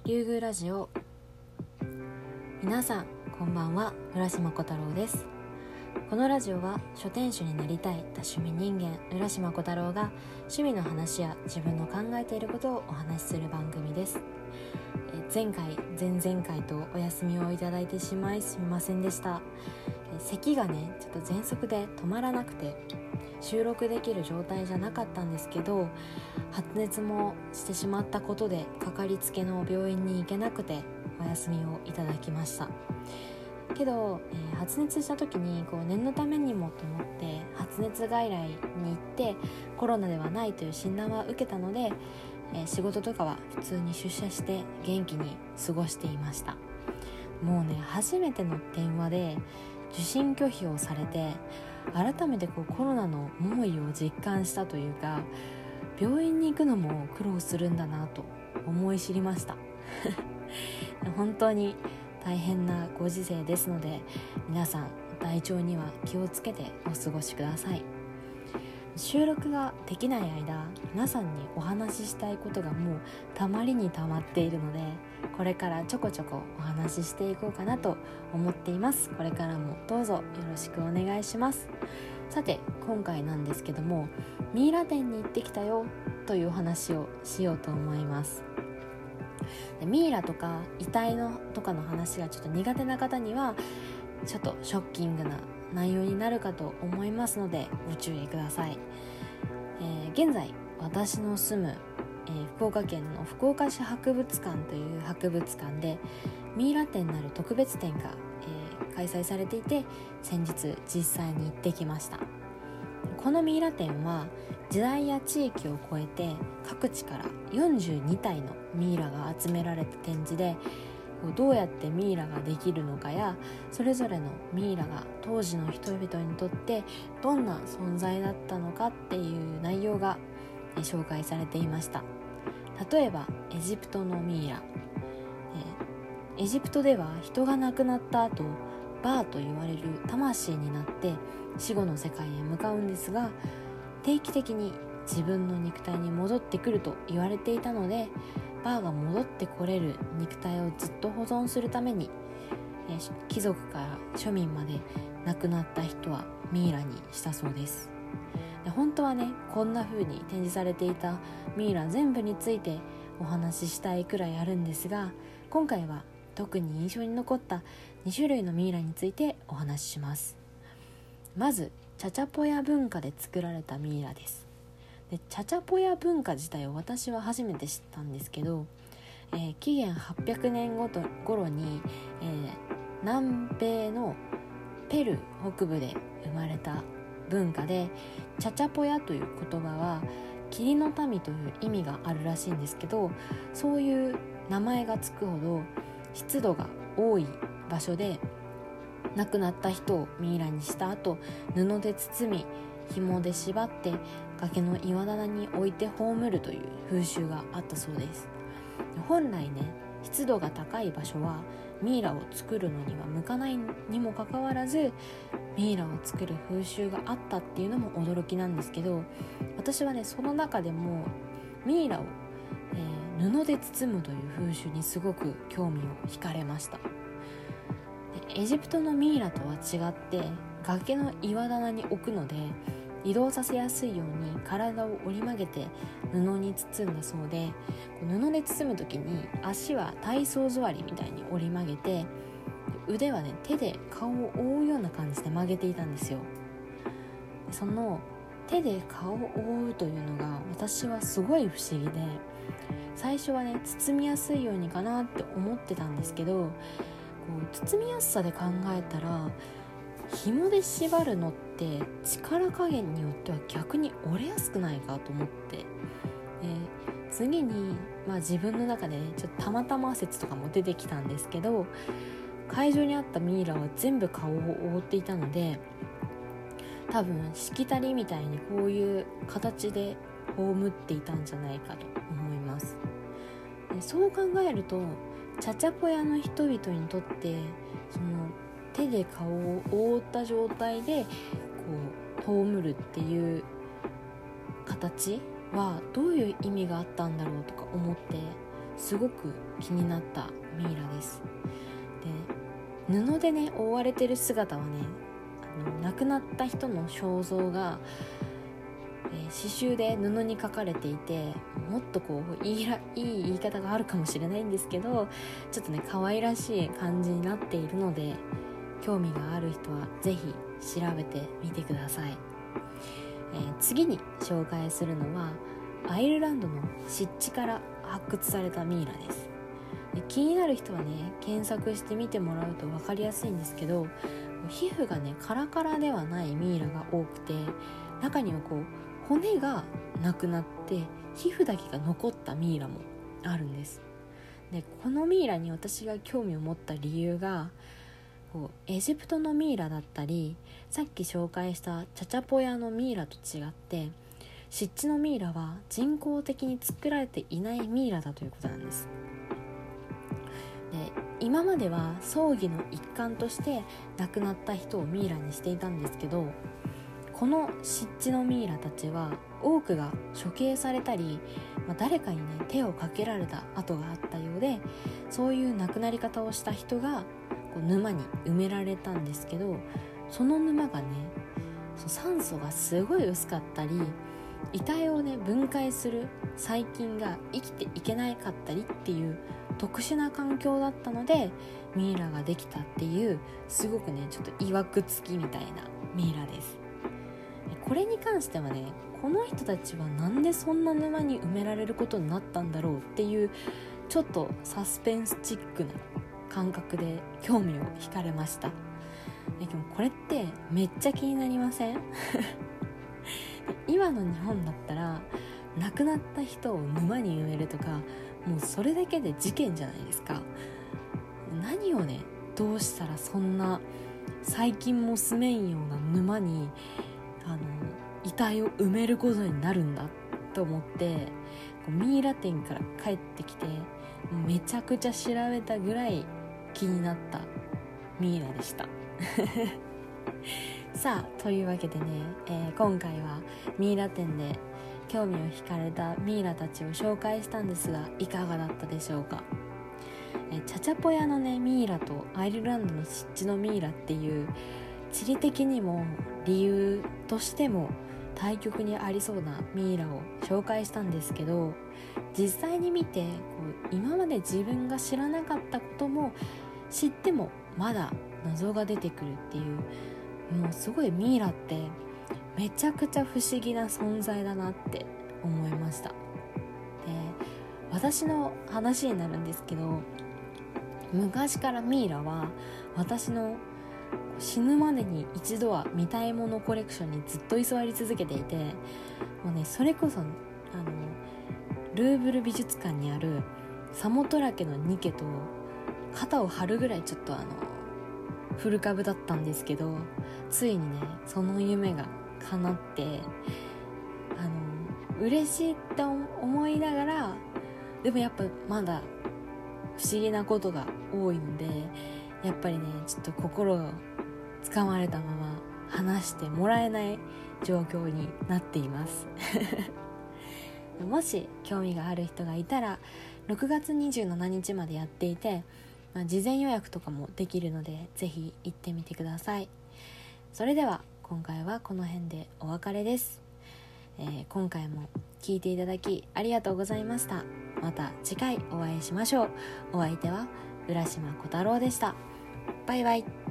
竜宮ラジオ。皆さんこんばんは、浦島小太郎です。このラジオは書店主になりたい多趣味人間浦島小太郎が趣味の話や自分の考えていることをお話しする番組です。前回前々回とお休みをいただいてしまいすみませんでした。咳がねちょっと喘息で止まらなくて収録できる状態じゃなかったんですけど、発熱もしてしまったことでかかりつけの病院に行けなくてお休みをいただきましたけど、発熱した時に念のためにもと思って発熱外来に行ってコロナではないという診断は受けたので、仕事とかは普通に出社して元気に過ごしていました。もうね、初めての電話で受診拒否をされて改めてコロナの猛威を実感したというか、病院に行くのも苦労するんだなと思い知りました本当に大変なご時世ですので、皆さん体調には気をつけてお過ごしください。収録ができない間、皆さんにお話ししたいことがもうたまりにたまっているので、これからちょこちょこお話ししていこうかなと思っています。これからもどうぞよろしくお願いします。さて、今回なんですけども、ミイラ店に行ってきたよというお話をしようと思います。で、ミイラとか遺体のとかの話がちょっと苦手な方にはちょっとショッキングな内容になるかと思いますのでご注意ください。現在私の住む、福岡県の福岡市博物館という博物館でミイラ展なる特別展が、開催されていて、先日実際に行ってきました。このミイラ展は時代や地域を超えて各地から42体のミイラが集められた展示で、どうやってミイラができるのかや、それぞれのミイラが当時の人々にとってどんな存在だったのかっていう内容が紹介されていました。例えばエジプトのミイラ、エジプトでは人が亡くなった後、バーと言われる魂になって死後の世界へ向かうんですが、定期的に自分の肉体に戻ってくると言われていたので、バーが戻ってこれる肉体をずっと保存するために、貴族から庶民まで亡くなった人はミイラにしたそうです。で、本当はね、こんな風に展示されていたミイラ全部についてお話ししたいくらいあるんですが、今回は特に印象に残った2種類のミイラについてお話しします。まずチャチャポヤ文化で作られたミイラです。で、チャチャポヤ文化自体を私は初めて知ったんですけど、紀元800年頃に、南米のペルー北部で生まれた文化で、チャチャポヤという言葉は霧の民という意味があるらしいんですけど、そういう名前がつくほど湿度が多い場所で亡くなった人をミイラにした後、布で包み紐で縛って崖の岩棚に置いて葬るという風習があったそうです。本来ね、湿度が高い場所はミイラを作るのには向かないにもかかわらず、ミイラを作る風習があったっていうのも驚きなんですけど、私はね、その中でもミイラを、布で包むという風習にすごく興味を惹かれました。エジプトのミイラとは違って崖の岩棚に置くので、移動させやすいように体を折り曲げて布に包んだそうで、布で包む時に足は体操座りみたいに折り曲げて、腕はね、手で顔を覆うような感じで曲げていたんですよ。その手で顔を覆うというのが私はすごい不思議で、最初はね、包みやすいようにかなって思ってたんですけど、包みやすさで考えたら紐で縛るのって力加減によっては逆に折れやすくないかと思って、次に、自分の中でね、ちょっとたまたま説とかも出てきたんですけど、会場にあったミイラは全部顔を覆っていたので、多分しきたりみたいにこういう形で葬っていたんじゃないかと思います。そう考えるとチャチャポヤの人々にとって、その手で顔を覆った状態で葬るっていう形はどういう意味があったんだろうとか思って、 すごく気になったミイラです。で、布でね覆われてる姿はね、亡くなった人の肖像が、刺繍で布に描かれていて、もっとこういい言い方があるかもしれないんですけど、ちょっとね可愛らしい感じになっているので、興味がある人はぜひ調べてみてください。次に紹介するのはアイルランドの湿地から発掘されたミイラです。で、気になる人はね検索してみてもらうと分かりやすいんですけど、皮膚がねカラカラではないミイラが多くて、中にはこう骨がなくなって皮膚だけが残ったミイラもあるんです。で、このミイラに私が興味を持った理由が、こうエジプトのミイラだったり、さっき紹介したチャチャポヤのミイラと違って、湿地のミイラは人工的に作られていないミイラだということなんです。で、今までは葬儀の一環として亡くなった人をミイラにしていたんですけど、この湿地のミイラたちは多くが処刑されたり、誰かにね手をかけられた跡があったようで、そういう亡くなり方をした人がこう沼に埋められたんですけど、その沼がね酸素がすごい薄かったり、遺体をね分解する細菌が生きていけなかったりっていう特殊な環境だったので、ミイラができたっていう、すごくねちょっと曰くつきみたいなミイラです。これに関してはね、この人たちはなんでそんな沼に埋められることになったんだろうっていう、ちょっとサスペンスチックな感覚で興味を惹かれました。でもこれってめっちゃ気になりません？今の日本だったら亡くなった人を沼に埋めるとか、もうそれだけで事件じゃないですか。何をねどうしたらそんな細菌も住めんような沼に遺体を埋めることになるんだと思って、ミイラ店から帰ってきてめちゃくちゃ調べたぐらい気になったミイラでしたさあ、というわけでね、今回はミイラ店で興味を惹かれたミイラたちを紹介したんですが、いかがだったでしょうか。チャチャポヤのねミイラとアイルランドの湿地のミイラっていう地理的にも理由としても対極にありそうなミイラを紹介したんですけど、実際に見て今まで自分が知らなかったことも知ってもまだ謎が出てくるっていう、もうすごいミイラってめちゃくちゃ不思議な存在だなって思いました。で、私の話になるんですけど、昔からミイラは私の死ぬまでに一度は見たいものコレクションにずっと居座り続けていて、もうねそれこそルーブル美術館にあるサモトラケのニケと肩を張るぐらいちょっと古株だったんですけど、ついにねその夢が叶って嬉しいって思いながら、でもやっぱまだ不思議なことが多いので、やっぱりねちょっと心をつかまれたまま話してもらえない状況になっていますもし興味がある人がいたら6月27日までやっていて、事前予約とかもできるのでぜひ行ってみてください。それでは今回はこの辺でお別れです。今回も聞いていただきありがとうございました。また次回お会いしましょう。お相手は浦島小太郎でした。バイバイ。